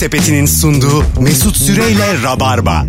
Sepeti'nin sunduğu Mesut Süreyle Rabarba.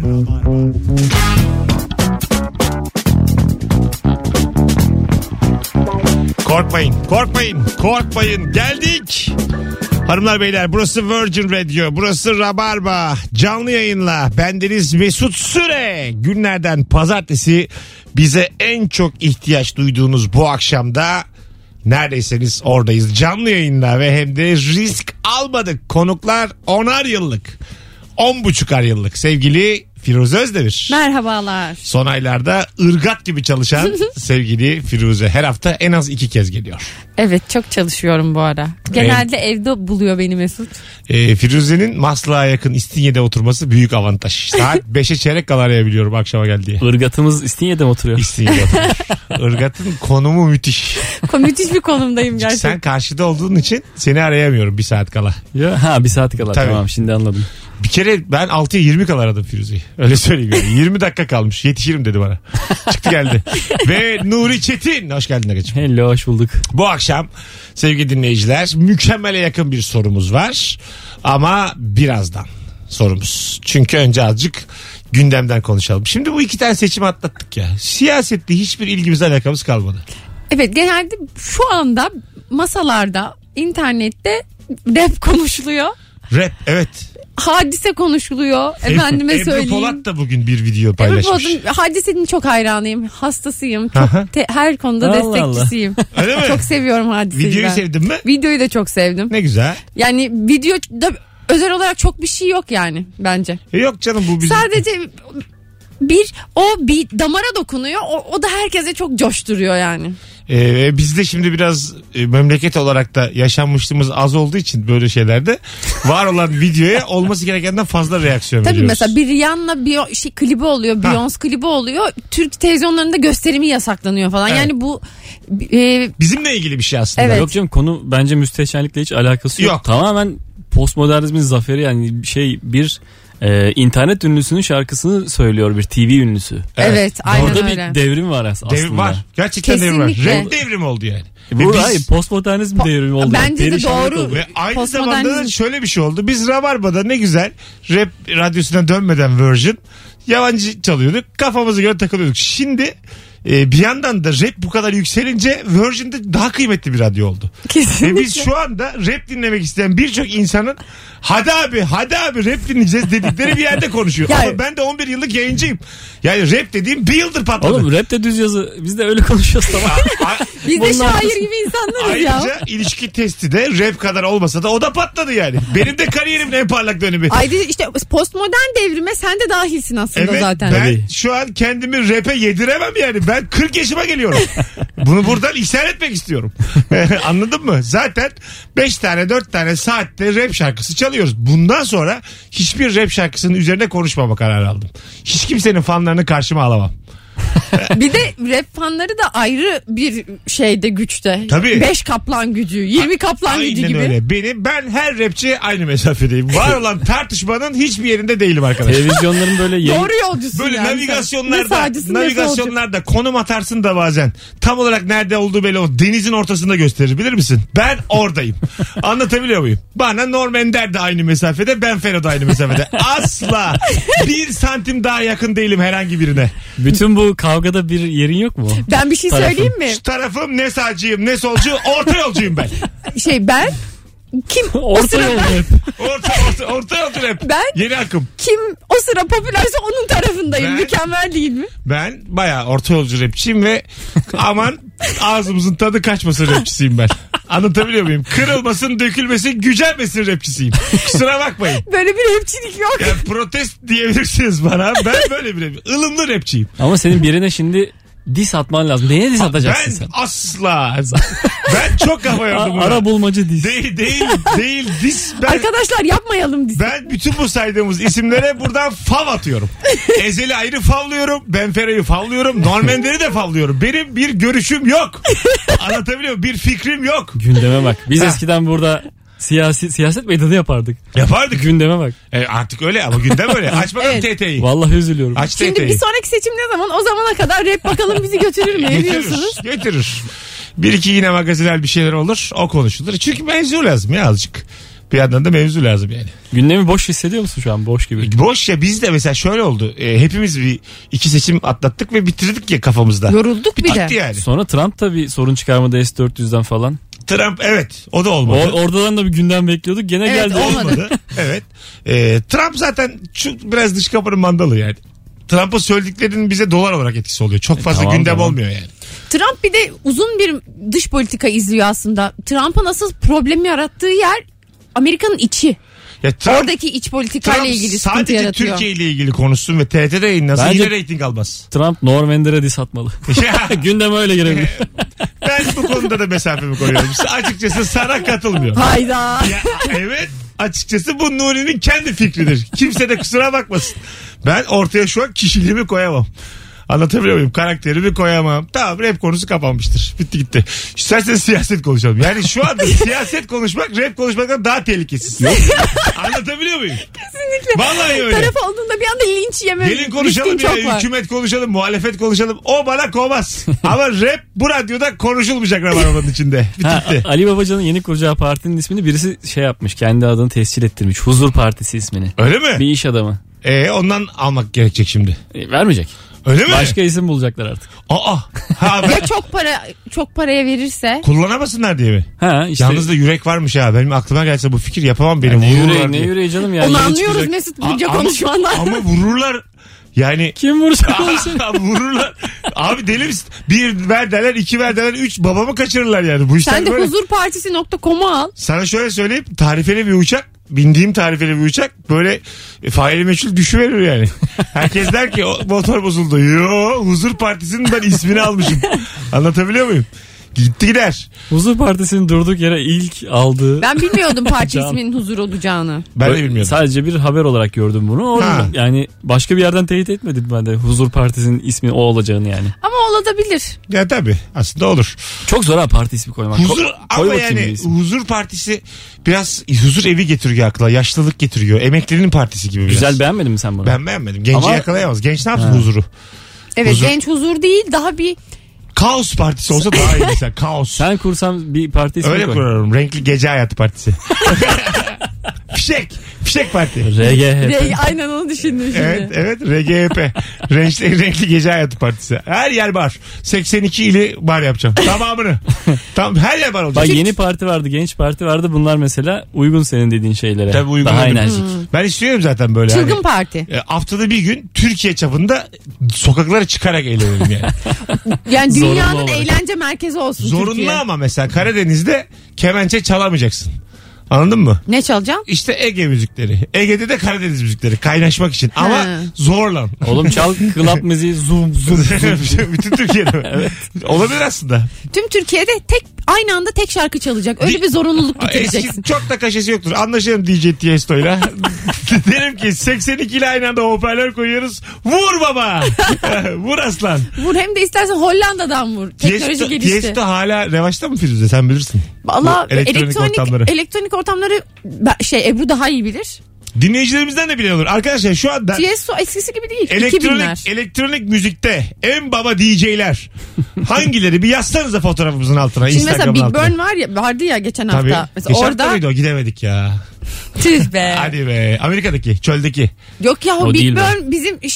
Korkmayın. Geldik. Hanımlar beyler, burası Virgin Radio, burası Rabarba. Canlı yayınla bendeniz Mesut Süre. Günlerden pazartesi bize en çok ihtiyaç duyduğunuz bu akşamda neredeyseniz oradayız. Canlı yayınla ve hem de risk almadık. Konuklar 10'ar yıllık, 10,5'ar yıllık sevgili Firuze Özdemir. Merhabalar. Son aylarda ırgat gibi çalışan sevgili Firuze her hafta en az 2 kez geliyor. Evet, çok çalışıyorum bu ara. Genelde evde buluyor beni Mesut. Firuze'nin Maslak'a yakın İstinye'de oturması büyük avantaj. Saat 5'e çeyrek kala arayabiliyorum akşama geldiği. Irgatımız İstinye'de mi oturuyor? İstinye'de oturuyor. Irgat'ın konumu müthiş. Müthiş bir konumdayım gerçekten. Sen karşıda olduğun için seni arayamıyorum 1 saat kala. Bir saat kala. Tabii. Tamam, şimdi anladım. Bir kere ben 6'ya 20 kala aradım Firuze'yi. Öyle söyleyeyim yani. 20 dakika kalmış. Yetişirim dedi bana. Çıktı geldi. Ve Nuri Çetin. Hoş geldin Agacığım. Hello, hoş bulduk. Bu akşam sevgili dinleyiciler mükemmele yakın bir sorumuz var. Ama birazdan sorumuz. Çünkü önce azıcık gündemden konuşalım. Şimdi bu 2 tane seçimi atlattık ya. Siyasette hiçbir ilgimize alakamız kalmadı. Evet, genelde şu anda masalarda, internette rap konuşuluyor. Rap, evet. Hadise konuşuluyor. Efendime söyleyeyim. Ebru Polat da bugün bir video paylaşmış. Hadisenin çok hayranıyım. Hastasıyım. Aha. Her konuda Allah destekçisiyim. Öyle mi? Çok seviyorum Hadise'yi. Videoyu sevdin mi? Videoyu da çok sevdim. Ne güzel. Yani videoda özel olarak çok bir şey yok yani bence. Yok canım, bu bizim... Sadece bir damara dokunuyor. O da herkese çok coşturuyor yani. Biz de şimdi biraz memleket olarak da yaşanmışlığımız az olduğu için böyle şeylerde var olan videoya olması gerekenden fazla reaksiyon Tabii veriyoruz. mesela bir Rihanna klibi oluyor, Beyoncé klibi oluyor. Türk televizyonlarında gösterimi yasaklanıyor falan. Evet. Yani bu bizimle ilgili bir şey aslında. Evet. Yok canım, konu bence müsteşarlıkla hiç alakası yok. Tamamen postmodernizmin zaferi yani internet ünlüsünün şarkısını söylüyor bir TV ünlüsü. Evet, aynen orada öyle. bir devrim var aslında. Devrim var. Gerçekten devrim var. Kesinlikle. Rap devrimi oldu yani. Hayır, postmodernizm devrimi oldu. Bence de Perişanlık doğru. oldu. Ve aynı Postmodernizm. zamanda da şöyle bir şey oldu. Biz Rabarba'da ne güzel rap radyosuna dönmeden Virgin yabancı çalıyorduk. Kafamıza göre takılıyorduk. Şimdi bir yandan da rap bu kadar yükselince Virgin'de daha kıymetli bir radyo oldu. Kesinlikle. Ve biz şu anda rap dinlemek isteyen birçok insanın hadi abi rap dinleyeceğiz dedikleri bir yerde konuşuyor. Yani, ama ben de 11 yıllık yayıncıyım. Yani rap dediğim bir yıldır patladı. Oğlum rap de düz yazı. Biz de öyle konuşuyoruz tamam. Biz de şair gibi insanlarız ya. Ayrıca ilişki testi de rap kadar olmasa da o da patladı yani. Benim de kariyerimin en parlak dönemi. Ayrıca işte postmodern devrime sen de dahilsin aslında Evet, zaten. ben Tabii. şu an kendimi rap'e yediremem yani. Ben 40 yaşıma geliyorum. Bunu buradan ihsan etmek istiyorum. Anladın mı? Zaten 5 tane 4 tane saatte rap şarkısı çalıyoruz. Bundan sonra hiçbir rap şarkısının üzerine konuşmama kararı aldım. Hiç kimsenin fanlarını karşıma alamam. Bir de rap fanları da ayrı bir şeyde, güçte. Tabii. 5 kaplan gücü, 20 kaplan gücü Aynen gibi. öyle. Ben her rapçi aynı mesafedeyim. Var olan tartışmanın hiçbir yerinde değilim arkadaşlar. Televizyonların böyle Doğru yolcusun Böyle yani. navigasyonlarda konum atarsın da bazen tam olarak nerede olduğu belli, o denizin ortasında gösterir, bilir misin? Ben oradayım. Anlatabiliyor muyum? Bana Norm Ender de aynı mesafede, ben Fero da aynı mesafede. Asla 1 santim daha yakın değilim herhangi birine. bütün bu kavgada bir yerin yok mu? Ben bir şey Tarafım. söyleyeyim mi? Şu tarafım ne sağcıyım ne solcu, orta yolcuyum ben. Ben kim Orta yol hep. Orta yolcu hep. Ben Yeni akım. kim o sıra popülerse onun tarafındayım. Ben- Mükemmel değil mi? Ben bayağı orta yolcu rapçiyim ve aman ağzımızın tadı kaçmasın rapçisiyim ben. Anlatabiliyor muyum? Kırılmasın, dökülmesin, gücenmesin rapçisiyim. Kusura bakmayın. Böyle bir rapçilik yok. Yani protest diyebilirsiniz bana. Ben böyle bir ılımlı rapçiyim. Ama senin birine şimdi dis atman lazım. Neye dis atacaksın Ben sen? asla. Ben çok kafa yordum buna. Ara bulmacı dis. Değil. Arkadaşlar yapmayalım biz. Ben bütün bu saydığımız isimlere buradan fav atıyorum. Ezel'i ayrı favlıyorum. Ben Fera'yı favlıyorum. Norm Ender'i de favlıyorum. Benim bir görüşüm yok. Anlatabiliyor muyum? Bir fikrim yok. Gündeme bak. Biz eskiden burada siyaset meydanı yapardık. Yapardık. Gündeme bak. Artık öyle ama gündem öyle. Aç bakalım Evet. TT'yi. Vallahi üzülüyorum. Aç Şimdi TT'yi. bir sonraki seçim ne zaman? O zamana kadar rap bakalım bizi götürür mü? Ne diyorsunuz? Götürür. Bir iki yine magazinel bir şeyler olur. O konuşulur. Çünkü benziyor lazım ya azıcık. Bir yandan da mevzu lazım yani. Gündemi boş hissediyor musun şu an? Boş gibi. Boş ya, biz de mesela şöyle oldu. Hepimiz bir iki seçim atlattık ve bitirdik ya kafamızda. Yorulduk bir de. Bitti yani. Sonra Trump da bir sorun çıkarmadı S-400'den falan. Trump evet, o da olmadı. Oradan da bir gündem bekliyorduk. Gene Evet, geldi. olmadı. Evet. Trump zaten biraz dış kapının mandalı yani. Trump'ın söylediklerinin bize dolar olarak etkisi oluyor. Çok fazla gündem olmuyor yani. Trump bir de uzun bir dış politika izliyor aslında. Trump'ın asıl problemi yarattığı yer Amerika'nın içi. Ya Trump, oradaki iç politikayla ilgili sıkıntı sadece yaratıyor. Türkiye ile ilgili konuşsun ve TRT'de yayınlasın, Bence yine reyting almaz. Trump Normander'e diss atmalı. Gündeme öyle girebilir. Ben bu konuda da mesafemi koruyorum. Açıkçası sana katılmıyorum. Hayda. Ya, evet, açıkçası bu Nuri'nin kendi fikridir. Kimse de kusura bakmasın. Ben ortaya şu an kişiliğimi koyamam. Anlatabiliyor muyum? Karakterimi koyamam. Tamam, rap konusu kapanmıştır. Bitti gitti. İsterseniz siyaset konuşalım. Yani şu anda siyaset konuşmak rap konuşmaktan daha tehlikesiz. Yok. Anlatabiliyor muyum? Kesinlikle. Vallahi öyle. Taraf olduğunda bir anda linç yeme. Gelin konuşalım riskin ya. çok var. Hükümet konuşalım, muhalefet konuşalım. O bana kovmaz. Ama rap bu radyoda konuşulmayacak Rabarba'nın içinde. Bitti. Ali Babacan'ın yeni kuracağı partinin ismini birisi şey yapmış. Kendi adını tescil ettirmiş. Huzur Partisi ismini. Öyle mi? Bir iş adamı. Ondan almak gerekecek şimdi. Vermeyecek. Öyle mi? Başka isim bulacaklar artık. Aa. Ha, ben... Ya çok paraya verirse. Kullanamasınlar diye mi? Ha işte. Yalnız da yürek varmış ha. Benim aklıma gelse bu fikir yapamam benim. Ne Vururlar yüreği, ne diye. yüreği canım ya. Onu Yeni anlıyoruz çıkacak. Mesut Burcu konuşmandan. Ama vururlar. Yani Kim vuracak onu seni? vururlar. Abi deli misin? Bir ver derler, iki ver derler, üç babamı kaçırırlar yani. Bu işler Sen de böyle. huzurpartisi.com'u al. Sana şöyle söyleyeyim. Tarifeli bir uçak. Bindiğim tarifeli bir uçak böyle faili meçhul düşüverir yani. Herkes der ki o motor bozuldu. Yo, Huzur Partisi'nin ben ismini almışım. Anlatabiliyor muyum? Gitti gider. Huzur Partisi'nin durduk yere ilk aldığı. Ben bilmiyordum parti Can. isminin huzur olacağını. Ben de bilmiyordum. Sadece bir haber olarak gördüm bunu. Orada yani başka bir yerden teyit etmedim ben de Huzur Partisi'nin ismi o olacağını yani. Ama olabilir. Ya tabii aslında olur. Çok zor ha parti ismi koymak. Huzur Koy ama bakayım bir yani isim. Huzur Partisi biraz huzur evi getiriyor akla. Yaşlılık getiriyor. Emeklerinin partisi gibi biraz. Güzel, beğenmedin mi sen bunu? Ben beğenmedim. Genci Ama- yakalayamaz. Genç ne yapsın huzuru? Evet, Huzur. genç huzur değil, daha bir Kaos Partisi olsa daha iyi mesela. Kaos. Sen kursan bir parti ismi Öyle koy. kurarım. Renkli Gece Hayatı Partisi. Fişek. Fişek Parti. RGHP. aynen onu düşündüm şimdi. Evet RGHP. Renkli Gece Hayatı Partisi. Her yer bar. 82 ili bar yapacağım. Tamamını. Tam her yer bar olacak. Bak yeni parti vardı, genç parti vardı. Bunlar mesela uygun senin dediğin şeylere. Tabii uygun. Daha uygun. enerjik. Ben istiyorum zaten böyle. Çılgın hani, parti. haftada bir gün Türkiye çapında sokaklara çıkarak eğlenelim yani. Yani Zorunlu dünyanın olarak. eğlence merkezi olsun Zorunlu Türkiye. ama mesela Karadeniz'de kemençe çalamayacaksın. Anladın mı? Ne çalacaksın? İşte Ege müzikleri. Ege'de de Karadeniz müzikleri. Kaynaşmak için. Ama zorla. Oğlum çal club müziği zoom zoom. Bütün Türkiye'de mi? Evet. Olabilir aslında. Tüm Türkiye'de aynı anda tek şarkı çalacak. Öyle bir zorunluluk getireceksin. Eski çok da kaşesi yoktur. Anlaşalım DJ Tiesto'yla. Derim ki 82 ile aynı anda hoparlör koyuyoruz. Vur baba. Vur aslan. Vur, hem de istersen Hollanda'dan vur. Teknoloji gelişti. Tiesto hala revaçta mı Firuze? Sen bilirsin. Valla Bu elektronik ortamları Ebru daha iyi bilir. Dinleyicilerimizden de bilen olur. Arkadaşlar şu anda Tiesto eskisi gibi değil. 2000'ler. elektronik müzikte en baba DJ'ler hangileri? Bir yazsanıza fotoğrafımızın altına. Şimdi mesela Instagram'ın Big altına. Burn vardı ya geçen Tabii. hafta. Mesela Geçen hafta orada mıydı o? Gidemedik ya. tüh be. Hadi be. Amerika'daki, çöldeki. Yok ya, O Big değil be. Burn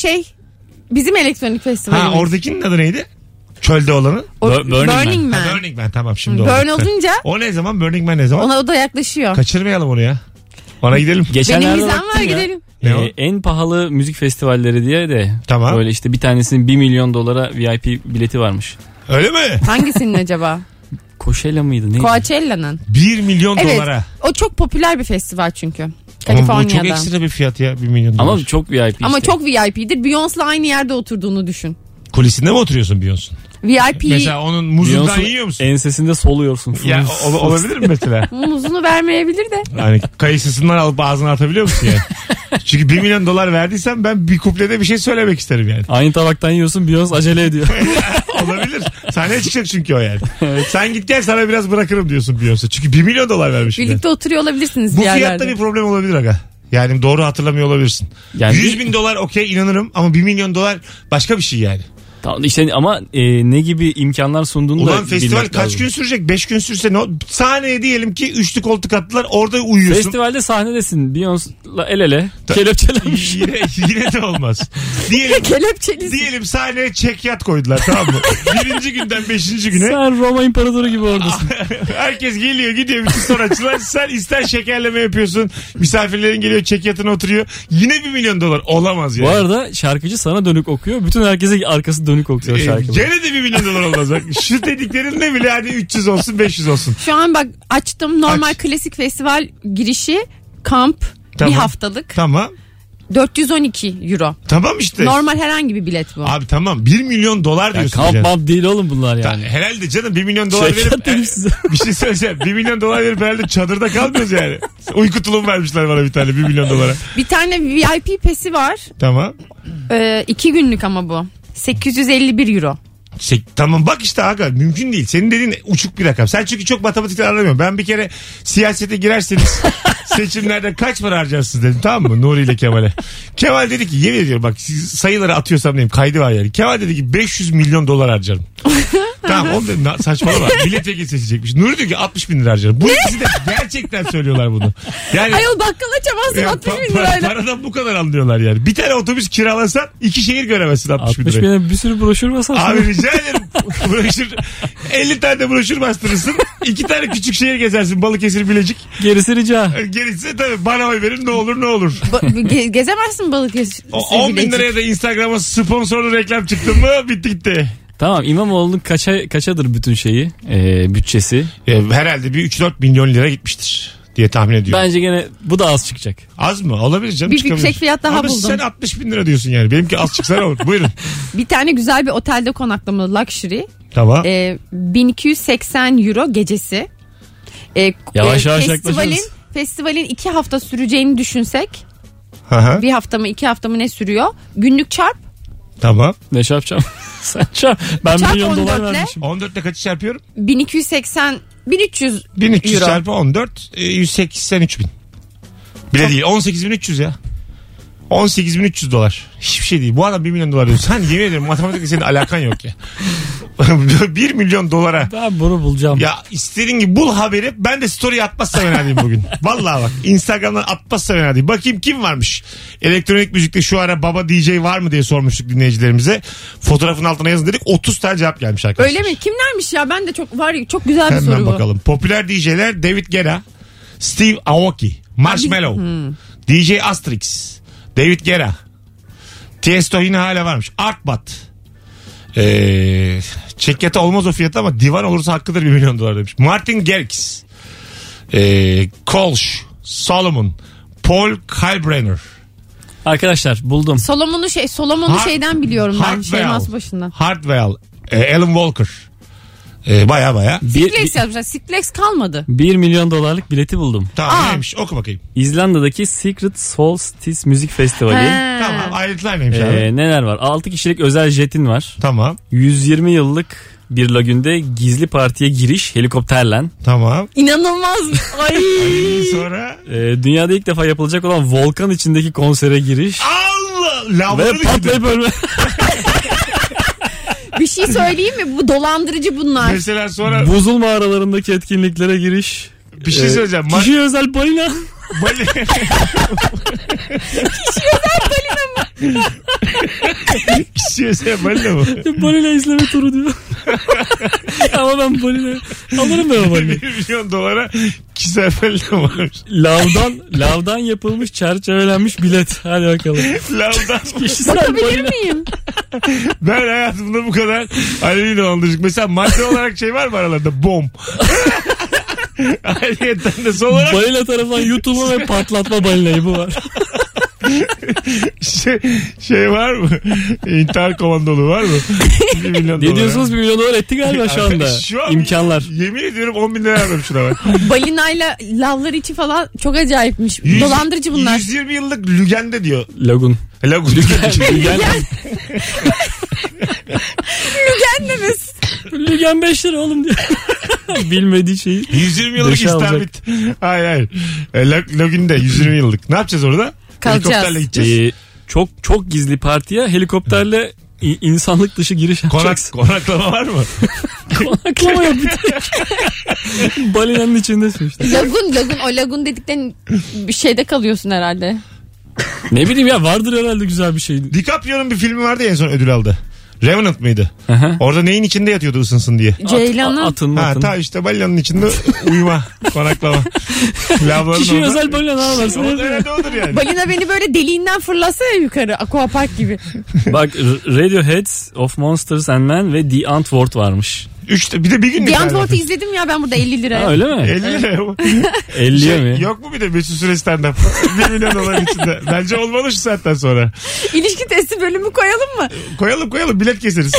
bizim elektronik festivalimiz. Ha, oradakinin adı neydi? Çölde olanı. Burning Man. Man. Burning Man, tamam şimdi Burn oldu. olunca O ne zaman? Burning Man ne zaman? o da yaklaşıyor. Kaçırmayalım onu ya. Ona gidelim. Benim Geçenlerde vizem baktım var, ya. gidelim. Ne o? En pahalı müzik festivalleri diye de Tamam. böyle işte bir tanesinin 1 milyon dolara VIP bileti varmış. Öyle mi? Hangisinin acaba? Coachella mıydı neydi? Coachella'nın. 1 milyon Evet. dolara. O çok popüler bir festival çünkü. Ama bu Kaliforniya'da. çok ekstra bir fiyat ya, 1 milyon dolar. Ama çok VIP Ama işte. çok VIP'dir. Beyoncé'la aynı yerde oturduğunu düşün. Kulisinde mi oturuyorsun Beyoncé'un? VIP Mesela onun muzundan Beyoncé'nun yiyor musun? ensesinde soluyorsun. Ya olabilir mi mesela? muzunu vermeyebilir de. Yani kayısısından alıp ağzına atabiliyor musun yani? Çünkü 1 milyon dolar verdiysen ben bir kuplede bir şey söylemek isterim yani. Aynı tabaktan yiyorsun, Beyoncé acele ediyor. Olabilir. Sahneye çıkacak çünkü o yani. Sen git gel, sana biraz bırakırım diyorsun Beyoncé. Çünkü 1 milyon dolar vermiş. Birlikte oturuyor olabilirsiniz Bu bir yerlerde. fiyatta bir problem olabilir aga. Yani doğru hatırlamıyor olabilirsin. Yani 100 bin dolar okey, inanırım ama 1 milyon dolar başka bir şey yani. Tamam işte ama ne gibi imkanlar sunduğunu da Ulan festival bilmek kaç lazım. gün sürecek? 5 gün sürse ne? Sahneye diyelim ki üçlü koltuk attılar, orada uyuyorsun. Festivalde sahnedesin. Beyoncé'la el ele. Kelepçelenmiş. yine de olmaz. Kelepçelisin. Diyelim sahneye çekyat koydular, tamam mı? Birinci günden 5. güne. Sen Roma İmparatoru gibi oradasın. Herkes geliyor gidiyor, bütün sanatçılar. Sen ister şekerleme yapıyorsun. Misafirlerin geliyor, çekyatına oturuyor. Yine $1 milyon olamaz yani. Bu arada şarkıcı sana dönük okuyor. Bütün herkese arkası dönük okuyor şarkıları. Gene de $1 milyon olmaz bak. Şu dediklerinde bile hadi 300 olsun 500 olsun. Şu an bak açtım, normal Aç. klasik festival girişi kamp Tamam. bir haftalık Tamam. 412 euro. Tamam işte. Normal herhangi bir bilet bu. Abi tamam, $1 milyon Yani diyorsun. kamp yani. map değil oğlum bunlar yani. Herhalde canım $1 milyon Şeker verip dedim size. bir şey söyleyeceğim. $1 milyon verip herhalde çadırda kalmıyoruz yani. Uyku tulumu vermişler bana bir tane $1 milyon. Bir tane VIP pesi var. Tamam. 2 günlük ama bu. 851 euro. Tamam bak işte aga, mümkün değil. Senin dediğin uçuk bir rakam. Sen çünkü çok matematikten anlamıyorsun. Ben bir kere siyasete girerseniz seçimlerde kaç para harcarsınız dedim, tamam mı? Nuri ile Kemal'e. Kemal dedi ki, yemin ediyorum bak, sayıları atıyorsam diyeyim, kaydı var yani. Kemal dedi ki $500 milyon harcarım. Tamam oğlum dedim, saçmalama. Milletvekili seçecekmiş. Nuri diyor ki 60 bin lira harcarım. Bu ikisi de gerçekten söylüyorlar bunu. Yani Ayol bakkal açamazsın ya, 60 bin lirayla. paradan bu kadar anlıyorlar yani. Bir tane otobüs kiralasan 2 şehir göremezsin 60 bin 60 liraya. bine bir sürü broşür basarsın. Abi rica ederim. Broşür, 50 tane de broşür bastırırsın. 2 tane küçük şehir gezersin. Balıkesir, Bilecik. Gerisi rica. Gerisi tabii bana oy verin, ne olur ne olur. Gezemezsin Balıkesir. 10 bin liraya da Instagram'a sponsorlu reklam çıktı mı bitti gitti. Tamam, İmamoğlu'nun kaçadır bütün şeyi bütçesi. Herhalde bir 3-4 milyon lira gitmiştir diye tahmin ediyorum. Bence gene bu da az çıkacak. Az mı? Olabilir canım. Bir çıkabilir. yüksek fiyat daha Ama buldum. sen 60 bin lira diyorsun yani. Benimki az çıksa ne olur? Buyurun. Bir tane güzel bir otelde konaklamalı luxury. Tamam. 1280 euro gecesi. Yavaş yaklaşıyoruz. Festivalin 2 hafta süreceğini düşünsek. Aha, Bir hafta mı 2 hafta mı ne sürüyor? Günlük çarp. tamam. Ne çarpacağım? Sen çarp. Ben Çarp $1 milyon 14'le. vermişim. 14'le kaçı çarpıyorum? 1280 1300 1300 euro. çarpı 14 183 bin. Bile değil, 18.300 ya. 18.300 dolar. Hiçbir şey değil. Bu adam $1 milyon diyor. Sen yemin ederim matematikle senin alakan yok ya. $1 milyon. Ben bunu bulacağım. Ya istediğin gibi bul haberi. Ben de story atmazsa fena değil bugün. Vallahi bak. Instagram'dan atmazsa fena değil. Bakayım kim varmış. Elektronik müzikte şu ara baba DJ var mı diye sormuştuk dinleyicilerimize. Fotoğrafın altına yazın dedik. 30 tane cevap gelmiş arkadaşlar. Öyle mi? Kimlermiş ya? Ben de çok var, çok güzel bir soru Hemen bu. bakalım. Popüler DJ'ler David Guetta, Steve Aoki, Marshmello, DJ Asterix, David Guetta, Tiesto yine hala varmış. Artbat. Çekyata olmaz o fiyata ama divan olursa hakkıdır $1 milyon demiş. Martin Garrix, Kolsch, Solomon, Paul Kalbrenner, Arkadaşlar buldum. Solomon'u şeyden biliyorum ben. Hartwell, Şeymas başından. Hartwell, Alan Walker. Baya. Siplex yazmışlar. Siplex kalmadı. $1 milyon bileti buldum. Tamam neymiş oku bakayım. İzlanda'daki Secret Solstice Müzik Festivali. He. Tamam ayrıntılar neymiş abi? Neler var? 6 kişilik özel jetin var. Tamam 120 yıllık bir lagünde gizli partiye giriş helikopterle. tamam. İnanılmaz. Ay. Sonra Dünyada ilk defa yapılacak olan volkan içindeki konsere giriş. Allah Ve lavları patlayıp ölme. Bir şey söyleyeyim mi? Bu dolandırıcı bunlar. Mesela sonra Buzul mağaralarındaki etkinliklere giriş. bir şey söyleyeceğim. Kişi özel balina. Kişi özel balina mı? Balina izleme turu diyor. Ama ben balina alırım ben o balina. $1 milyon kişisel balina varmış. Lavdan yapılmış çerçevelenmiş bilet. Hadi bakalım. Lavdan. Kişisel Bakabilir balina. miyim? Ben hayatımda bu kadar aleni dolandırıcı. Mesela madde olarak şey var mı aralarında? Bom. Ayrıyeten de son olarak Balina tarafından yutulma ve patlatma balinayı bu var. şey var mı? İntihar komandolu var mı? $1 milyon. Ne diyorsunuz, $1 milyon etti galiba şu anda. Şu an İmkanlar. Yemin ediyorum 10 bin lira verdim şuna bak. Balinayla lavlar içi falan çok acayipmiş. Dolandırıcı bunlar. 120 yıllık Lügen'de diyor. Lagun. Lagun. Lügen. Lügen'deniz. Lügen 5 lira oğlum diyor. Bilmediği şeyi. 120 yıllık Dışa alacak. İstavrit. Hayır. Lagun'de 120 yıllık. Ne yapacağız orada? Kalacağız. Helikopterle gideceğiz. Çok gizli partiye helikopterle insanlık dışı giriş yapacaksın. Konaklama var mı? Konaklama yok bir tek. Balinanın içindesin işte. Lagun o lagun dedikten bir şeyde kalıyorsun herhalde. Ne bileyim ya, vardır herhalde güzel bir şey. DiCaprio'nun bir filmi vardı ya, en son ödül aldı. Revenant mıydı? Aha. Orada neyin içinde yatıyordu ısınsın diye. Ceylan'ın. Atın. Ta işte balinanın içinde uyuma, konaklama. Kişi özel balina varsın. Herhalde odur yani. Balina beni böyle deliğinden fırlasa ya yukarı. Aquapark gibi. Bak, Radiohead, Of Monsters and Men ve The Antwoord varmış. Bir de bir günlük. The Antwoord'u izledim ya ben burada 50 liraya. Ha, öyle mi? 50 lira mı? 50'ye mi? Yok mu bir de Mesut Süre stand-up? 1 milyon dolar içinde. Bence olmalı şu saatten sonra. İlişki testi bölümü koyalım mı? Koyalım bilet keseriz.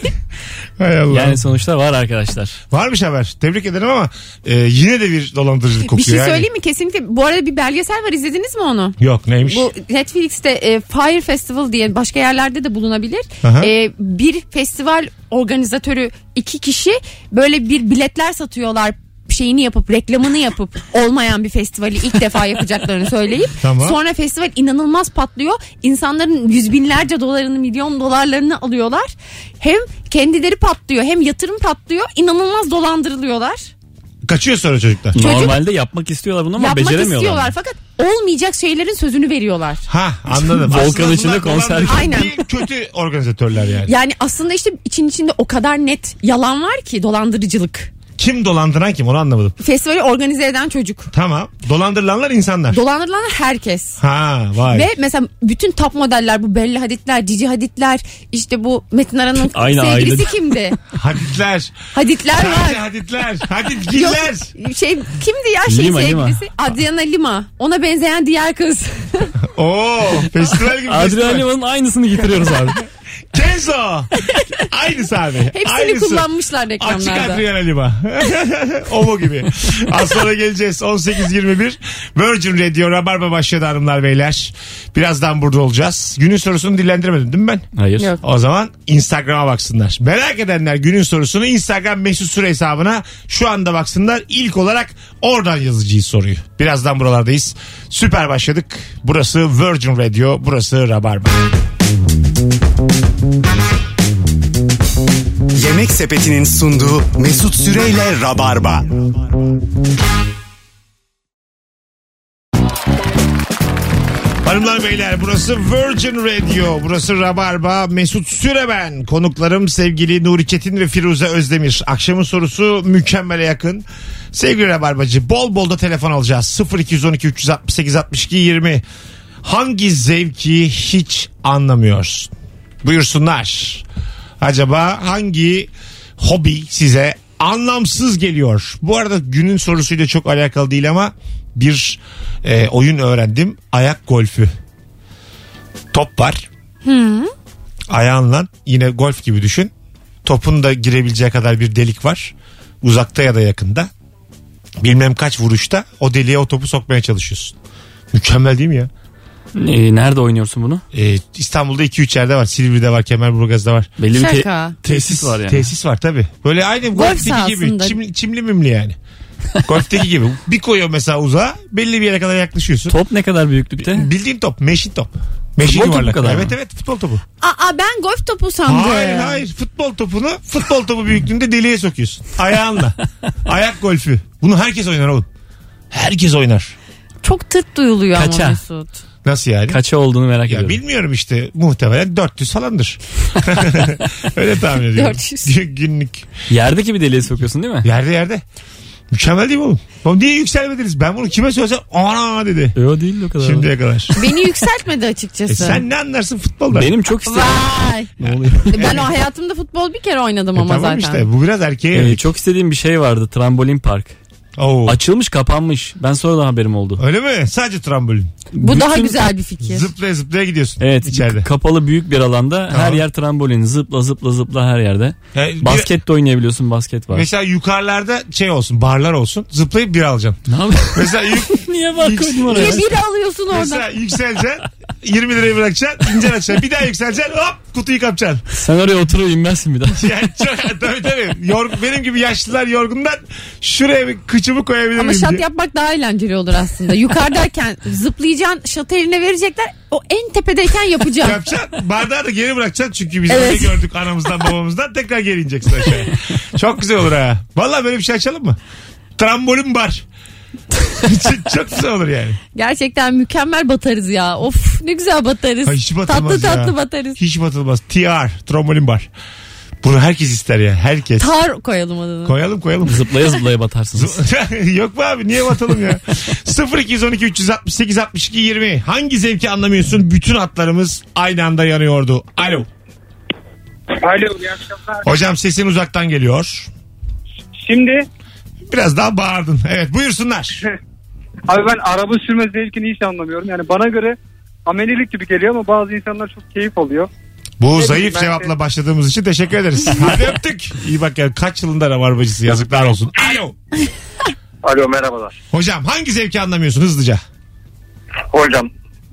Hay Allah. Yani sonuçta var arkadaşlar. Varmış haber. Tebrik ederim ama yine de bir dolandırıcılık kokuyor. Bir şey yani. söyleyeyim mi? Kesinlikle. Bu arada bir belgesel var, izlediniz mi onu? Yok, neymiş? Bu Netflix'te Fire Festival diye, başka yerlerde de bulunabilir. Aha. Bir festival organizatörü 2 kişi böyle bir biletler satıyorlar, şeyini yapıp reklamını yapıp olmayan bir festivali ilk defa yapacaklarını söyleyip Tamam. sonra festival inanılmaz patlıyor. İnsanların yüz binlerce dolarını, milyon dolarlarını alıyorlar. Hem kendileri patlıyor hem yatırım patlıyor. İnanılmaz dolandırılıyorlar. Kaçıyor sonra çocuklar. Normalde yapmak istiyorlar bunu ama Yapmak beceremiyorlar. istiyorlar fakat olmayacak şeylerin sözünü veriyorlar. Ha, anladım. Volkan Aslında içinde bunlar konser dolandırıcı gibi. Aynen. değil, kötü organizatörler yani. Yani aslında işte içinde o kadar net yalan var ki, dolandırıcılık. Kim dolandıran kim, onu anlamadım. Festivali organize eden çocuk. Tamam. Dolandırılanlar insanlar. Dolandırılan herkes. Ha, vay. Ve mesela bütün top modeller, bu Bella Hadidler, Cici Hadidler, işte bu Metin Aran'ın Aynı sevgilisi ailede. kimdi? Haditler. Hadidler Sadece var. haditler. Yok, Haditgiller. kimdi ya şeyin Lima, sevgilisi? Adriana Lima. Ona benzeyen diğer kız. Oo, festival gibi Adrian festival. Lima'nın aynısını getiriyoruz abi. Kenzo. Aynısı abi. Hepsini Aynısı. kullanmışlar Açık reklamlarda. Adriana Lima. Omo gibi. Az sonra geleceğiz. 18.21 Virgin Radio Rabarba başladı hanımlar beyler. Birazdan burada olacağız. Günün sorusunu dillendiremedim değil mi ben? Hayır. Yok. O zaman Instagram'a baksınlar. Merak edenler günün sorusunu Instagram Mesut Süre hesabına şu anda baksınlar. İlk olarak oradan yazacağız soruyu. Birazdan buralardayız. Süper başladık. Burası Virgin Radio. Burası Rabarba. Yemek Sepeti'nin sunduğu Mesut Süreyle Rabarba. Hanımlar beyler, burası Virgin Radio, burası Rabarba. Mesut Süre ben. Konuklarım sevgili Nuri Çetin ve Firuze Özdemir. Akşamın sorusu mükemmele yakın. Sevgili Rabarbacı, bol bol da telefon alacağız. 0212 368 62 20. Hangi zevki hiç anlamıyorsun? Buyursunlar. Acaba hangi hobi size anlamsız geliyor? Bu arada günün sorusuyla çok alakalı değil ama bir oyun öğrendim. Ayak golfü. Top var. Ayağınla yine golf gibi düşün. Topun da girebileceği kadar bir delik var. Uzakta ya da yakında. Bilmem kaç vuruşta o deliğe o topu sokmaya çalışıyorsun. Mükemmel değil mi ya? Nerede oynuyorsun bunu? İstanbul'da 2-3 yerde var. Silivri'de var, Kemerburgaz'da var. Belli bir Şaka. tesis var yani. Tesis var tabii. Böyle aynı Golf golfteki gibi. sahasında. Çimli mimli yani. Golfteki gibi. Bir koyuyor mesela uzağa. Belli bir yere kadar yaklaşıyorsun. Top ne kadar büyüklükte? Bildiğin top. Meşin top. Meşin Futbol topu yuvarlak. kadar mı? Evet futbol topu. Ben golf topu sandım. Hayır. Futbol topunu futbol topu büyüklüğünde deliğe sokuyorsun. Ayağınla. Ayak golfü. Bunu herkes oynar oğlum. Herkes oynar. Çok tırt duyuluyor Kaça? ama Mesut. Nasıl yani? Kaça olduğunu merak Ya ediyorum. bilmiyorum işte, muhtemelen 400 falandır. Öyle tahmin ediyorum. 400. Günlük. Yerdeki bir deliğe sokuyorsun değil mi? Yerde. Mükemmel değil mi oğlum? Oğlum niye yükselmediniz? Ben bunu kime söylesem ana dedi. O değil o kadar. Şimdiye kadar. Beni yükseltmedi açıkçası. Sen ne anlarsın futboldan? Benim çok istediğim... Vay. Ne oluyor? Ben o hayatımda futbol bir kere oynadım ama tamam zaten. işte bu biraz erkeğe. Çok istediğim bir şey vardı. Trambolin park. Oo. Açılmış kapanmış. Ben sonradan haberim oldu. Öyle mi? Sadece trambolin. Bu daha Bütün- güzel bir fikir. Zıplaya zıplaya gidiyorsun. Evet, içeride. kapalı büyük bir alanda Tamam. her yer trambolin. Zıpla zıpla zıpla her yerde. Yani Basket de oynayabiliyorsun, basket var. Mesela yukarılarda şey olsun, barlar olsun. Zıplayıp bir alacaksın. Ne yapıyorsun? Mesela Niye bak koydum oraya? Niye biri alıyorsun orada? mesela yükseleceksin. 20 lirayı bırakacaksın. İneceksin aşağı. Bir daha yükseleceksin. Hop kutuyu kapacaksın. Sen oraya oturup inmezsin bir daha. Yani tabii. Benim gibi yaşlılar yorgundan şuraya bir kıçımı koyabilir Ama miyim şat diye. yapmak daha eğlenceli olur aslında. Yukarıdayken zıplayacaksın, şatı eline verecekler. O en tepedeyken yapacağım. Yapacaksın. Bardağı da geri bırakacaksın. Çünkü biz Evet. öyle gördük anamızdan babamızdan. Tekrar geri ineceksin aşağıya. Çok güzel olur ha. Vallahi böyle bir şey açalım mı? Trambolin bar. Çok güzel olur yani. Gerçekten mükemmel batarız ya. Of ne güzel batarız. Ha, hiç batılmaz Tatlı ya. tatlı batarız. Hiç batılmaz. TR. Trambolin bar. Bunu herkes ister ya. Herkes. Tar koyalım adını. Koyalım. Zıplaya zıplaya batarsınız. Yok mu abi niye batalım ya? 0212 368 62 20. Hangi zevki anlamıyorsun? Bütün hatlarımız aynı anda yanıyordu. Alo. Alo, iyi akşamlar. Hocam sesin uzaktan geliyor. Şimdi Biraz daha bağırdın. Evet buyursunlar. abi ben araba sürme zevkini hiç anlamıyorum. Yani bana göre amelilik gibi geliyor ama bazı insanlar çok keyif alıyor. Bu Evet, zayıf ben cevapla başladığımız için teşekkür ederiz. Hadi öptük. İyi bak ya kaç yılında rabarbacısı yazıklar olsun. Alo. Alo merhabalar. Hocam hangi zevki anlamıyorsun hızlıca? Hocam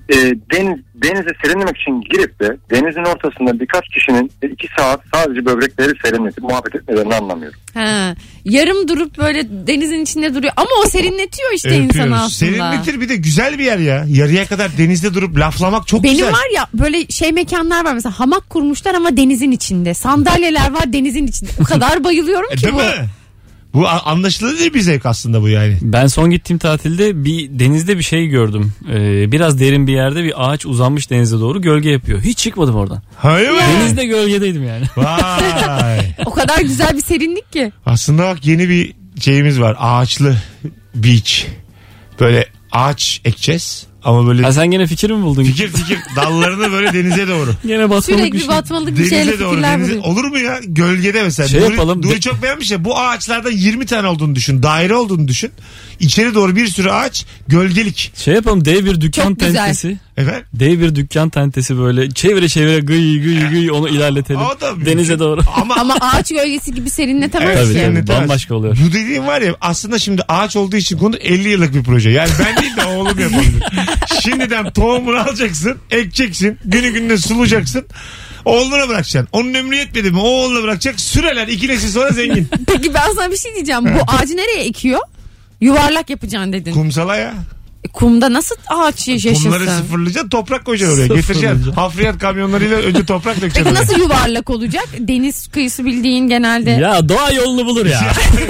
denize serinlemek için girip de denizin ortasında birkaç kişinin 2 saat sadece böbrekleri serinletip muhabbet etmelerini anlamıyorum. Ha, yarım durup böyle denizin içinde duruyor. Ama o serinletiyor işte insanı Öpüyoruz. aslında. Serinletir bir de güzel bir yer ya. Yarıya kadar denizde durup laflamak çok Benim güzel. var ya böyle şey mekanlar var mesela hamak kurmuşlar ama denizin içinde. Sandalyeler var denizin içinde. O kadar bayılıyorum ki Değil bu. mi? Bu anlaşılır bir zevk aslında bu yani. Ben son gittiğim tatilde bir denizde bir şey gördüm. Biraz derin bir yerde bir ağaç uzanmış denize doğru gölge yapıyor. Hiç çıkmadım oradan. Hayır mı? Denizde gölgedeydim yani. Vay. O kadar güzel bir serinlik ki. Aslında bak yeni bir şeyimiz var. Ağaçlı beach. Böyle ağaç ekeceğiz. Ama böyle Ha, sen gene fikir mi buldun? fikir dallarını böyle denize doğru. Gene batmalık bir Sürekli şey. batmalık bir şeyle Denize doğru. fikirler Denize, buluyor. olur mu ya? Gölgede mesela. Şey yapalım. Duri çok beğenmiş ya. Bu ağaçlardan 20 tane olduğunu düşün. Daire olduğunu düşün. İçeri doğru bir sürü ağaç. Gölgelik. Şey yapalım, dev bir dükkan Çok güzel. tentesi. Efendim? Dev bir dükkan tentesi böyle çevire çevire gıy onu ilerletelim. O da Denize doğru. Ama ağaç gölgesi gibi serinletemez Evet, ki. Tabii, serinletemez. bambaşka oluyor. Bu dediğim var ya aslında şimdi ağaç olduğu için konu 50 yıllık bir proje. Yani ben değil de oğlum yapabilir. Şimdiden tohumunu alacaksın, ekeceksin, günü gününe sulayacaksın. Oğluna bırakacaksın. Onun ömrü yetmedi mi? O oğluna bırakacak. Süreler 2 nesil sonra zengin. Peki ben sana bir şey diyeceğim. Bu ağacı nereye ekiyor? Yuvarlak yapacaksın dedin. Kumsala ya. Kumda nasıl ağaç yaşasın? Kumları sıfırlayacaksın, toprak koyacaksın oraya. Sıfırlayacaksın. Getireceksin. Hafriyat kamyonlarıyla önce toprak dökeceksin. Peki oraya. nasıl yuvarlak olacak? Deniz kıyısı bildiğin genelde. Ya doğa yolunu bulur ya.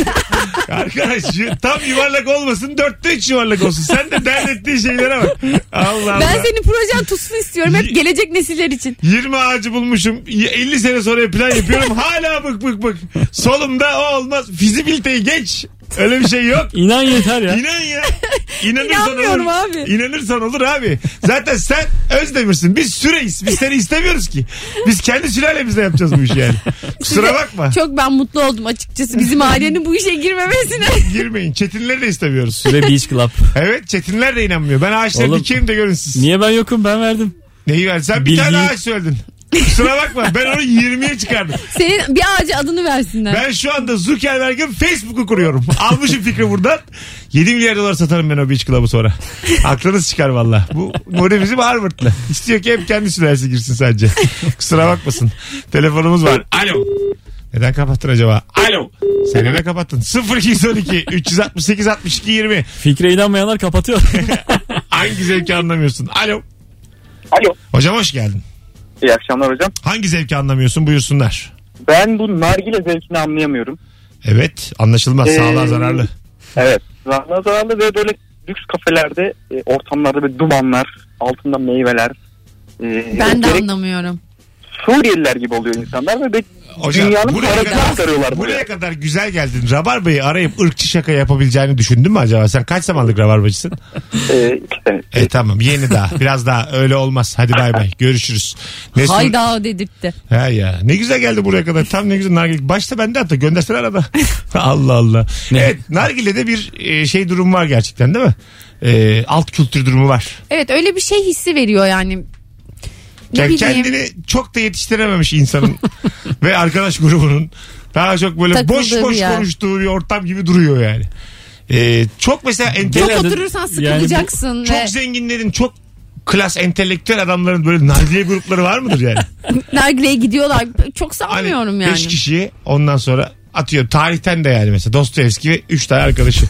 Arkadaş tam yuvarlak olmasın 4'te 3 yuvarlak olsun. Sen de dert ettiğin şeylere bak. Allah Ben Allah. senin projen tutsun istiyorum hep gelecek nesiller için. 20 ağacı bulmuşum. 50 sene sonra plan yapıyorum. Hala bık. Solumda o olmaz. Fizibiliteyi geç. Öyle bir şey yok. İnan yeter ya. İnan ya. İnanırsan İnanmıyorum olur. abi. İnanırsan olur abi. Zaten sen Özdemir'sin. Biz süreyiz. Biz seni istemiyoruz ki. Biz kendi sülalemizle yapacağız bu işi yani. Kusura bakma. Çok ben mutlu oldum açıkçası bizim ailenin bu işe girmemesine. Girmeyin. Çetinleri de istemiyoruz. Süre Beach Club. Evet çetinler de inanmıyor. Ben ağaçları Oğlum, dikeyim de görün siz. Niye ben yokum, ben verdim. Neyi verdin? Sen bir Bilgiyi- tane ağaç söyledin. Kusura bakma ben onu 20'ye çıkardım. Senin bir ağaca adını versinler. Ben şu anda Zuckerberg'in Facebook'u kuruyorum. Almışım fikri buradan. 7 milyar dolar satarım ben o Beach Club'ı sonra. Aklınız çıkar valla. Bu Nuri bizim Harvard'lı. İstiyor ki hep kendi sülalesi girsin sadece. Kusura bakmasın. Telefonumuz var. Alo. Neden kapattın acaba? Alo. Sen neden kapattın? 0212 368 62 20. Fikre inanmayanlar kapatıyor. Hangi zevki anlamıyorsun? Alo. Alo. Hocam hoş geldin. İyi akşamlar hocam. Hangi zevki anlamıyorsun? Buyursunlar. Ben bu nargile zevkini anlayamıyorum. Evet anlaşılmaz. Sağlığa zararlı. Evet. Sağlığa zararlı ve böyle lüks kafelerde ortamlarda böyle dumanlar, altında meyveler. Ben de gerek anlamıyorum. Suriyeliler gibi oluyor insanlar ve Hocam dünyanın buraya parasını kadar, aktarıyorlar buraya buraya. kadar güzel geldin. Rabarba'yı arayıp ırkçı şaka yapabileceğini düşündün mü acaba? Sen kaç zamanlık Rabarbacısın? 2 sene. Tamam yeni daha. Biraz daha öyle olmaz. Hadi bay bay. Görüşürüz. Mesut, Hayda dedirtti. Ha ya. Ne güzel geldi buraya kadar. Tam ne güzel nargile. Başta bende hatta göndersene arada. Allah Allah. Evet nargilede bir şey durum var gerçekten değil mi? Alt kültür durumu var. Evet öyle bir şey hissi veriyor yani. Ne Yani bileyim. kendini çok da yetiştirememiş insanın ve arkadaş grubunun daha çok böyle Takıldığı boş bir yer. konuştuğu bir ortam gibi duruyor yani. Çok mesela Çok Genelde- oturursan sıkılacaksın. çok ve zenginlerin çok klas entelektüel adamların böyle nargile grupları var mıdır yani? Nargile'ye gidiyorlar. Çok sanmıyorum yani. 5 kişi ondan sonra atıyor. Tarihten de yani mesela Dostoyevski ve 3 tane arkadaşı.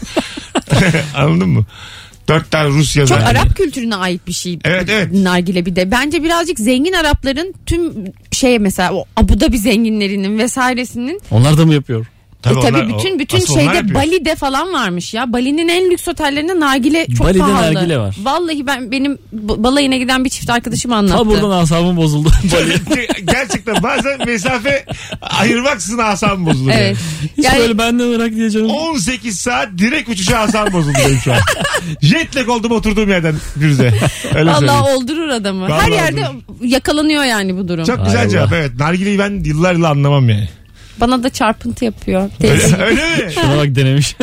Anladın mı? 4 tane Rus yazar. Çok Arap kültürüne ait bir şey. Evet. Nargile bir de. Bence birazcık zengin Arapların tüm mesela o Abu Dhabi zenginlerinin vesairesinin. Onlar da mı yapıyor? Tabii bütün şeyde Bali'de falan varmış ya. Bali'nin en lüks otellerinde nargile çok Bali'de pahalı. Bali'de nargile var. Vallahi benim balayına giden bir çift arkadaşım anlattı. Ta buradan asabım bozuldu. Gerçekten bazen mesafe ayırmaksızın asabım bozulur. Evet. Hiç Yani, böyle benden Irak diye canım. 18 saat direkt uçuşa asabım bozuldu benim şu an. Jetlag oldum oturduğum yerden Firuze. Öyle vallahi söyleyeyim. oldurur adamı. Vallahi her yerde yakalanıyor yani bu durum. Çok güzel Ay cevap Allah. evet. Nargileyi ben yıllarla anlamam yani. Bana da çarpıntı yapıyor. Öyle mi? Şuna bak denemiş.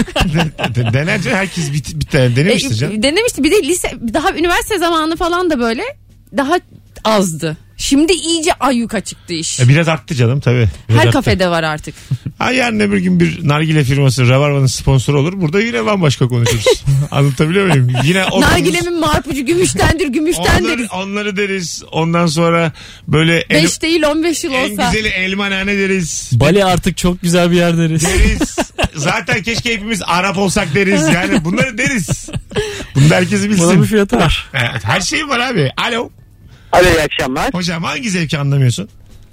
Denerce herkes bir tane denemiştir canım. Denemişti. Bir de lise daha üniversite zamanı falan da böyle daha azdı. Şimdi iyice ayyuka çıktı iş. Biraz arttı canım tabii. Biraz Her arttı. kafede var artık. Ha yarın öbür gün bir nargile firması Rabarba'nın sponsoru olur. Burada yine bambaşka konuşuruz. Anlatabiliyor muyum? Yine Nargilemin marpucu gümüştendir. onları deriz. Ondan sonra böyle 5 değil 15 yıl en olsa. güzeli elma nane deriz. Bali artık çok güzel bir yer deriz. Zaten keşke hepimiz Arap olsak deriz. Yani bunları deriz. Bunu da herkes Buna bir bilsin. fiyatı var. Evet, her şey var abi. Alo. Alo iyi akşamlar. Hocam hangi zevki anlamıyorsun?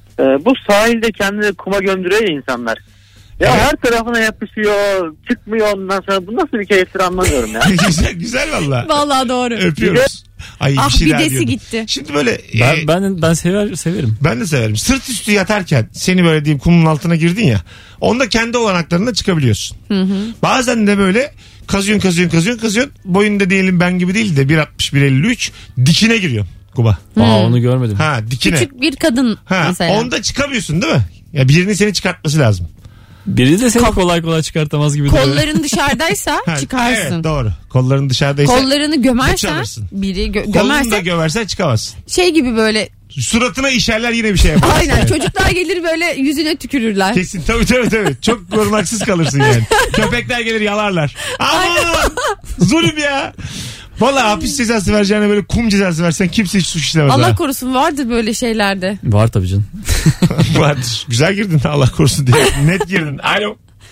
Bu sahilde kendini kuma gömdürüyor ya insanlar. Ya Evet. her tarafına yapışıyor, çıkmıyor ondan sonra. Bu nasıl bir keyiftir anlamıyorum ya. güzel valla. Vallahi doğru. Öpüyoruz. Ay, Ah, bir şey daha bidesi diyordum. gitti. Şimdi böyle Ben severim. ben de severim. Sırt üstü yatarken seni böyle diyeyim kumun altına girdin ya. Onda kendi olanaklarına çıkabiliyorsun. Bazen de böyle kazıyorsun. Boyunda diyelim ben gibi değil de 1.60-1.53 dikine giriyorsun kuma. Onu görmedim. Ha dikine. Küçük bir kadın Ha, mesela. onda çıkamıyorsun değil mi? Ya birinin seni çıkartması lazım. Biri de seni kolay kolay çıkartamaz gibi duruyor. Kolların dışarıdaysa Ha, çıkarsın. Evet doğru. Kolların dışarıdaysa Kollarını gömersen kaçamazsın. biri kolunu da gömerse gömersen çıkamazsın. şey gibi böyle Suratına işerler yine bir şey yapar. aynen çocuklar gelir böyle yüzüne tükürürler. Kesin tabii. Çok korunaksız kalırsın yani. Köpekler gelir yalarlar. Aman zulüm ya. Valla hapis cezası vereceğine böyle kum cezası versen kimse hiç suç işlemez. Allah ha. korusun vardır böyle şeylerde. Var tabii canım. Vardır. Güzel girdin Allah korusun diye. Net girdin. Alo.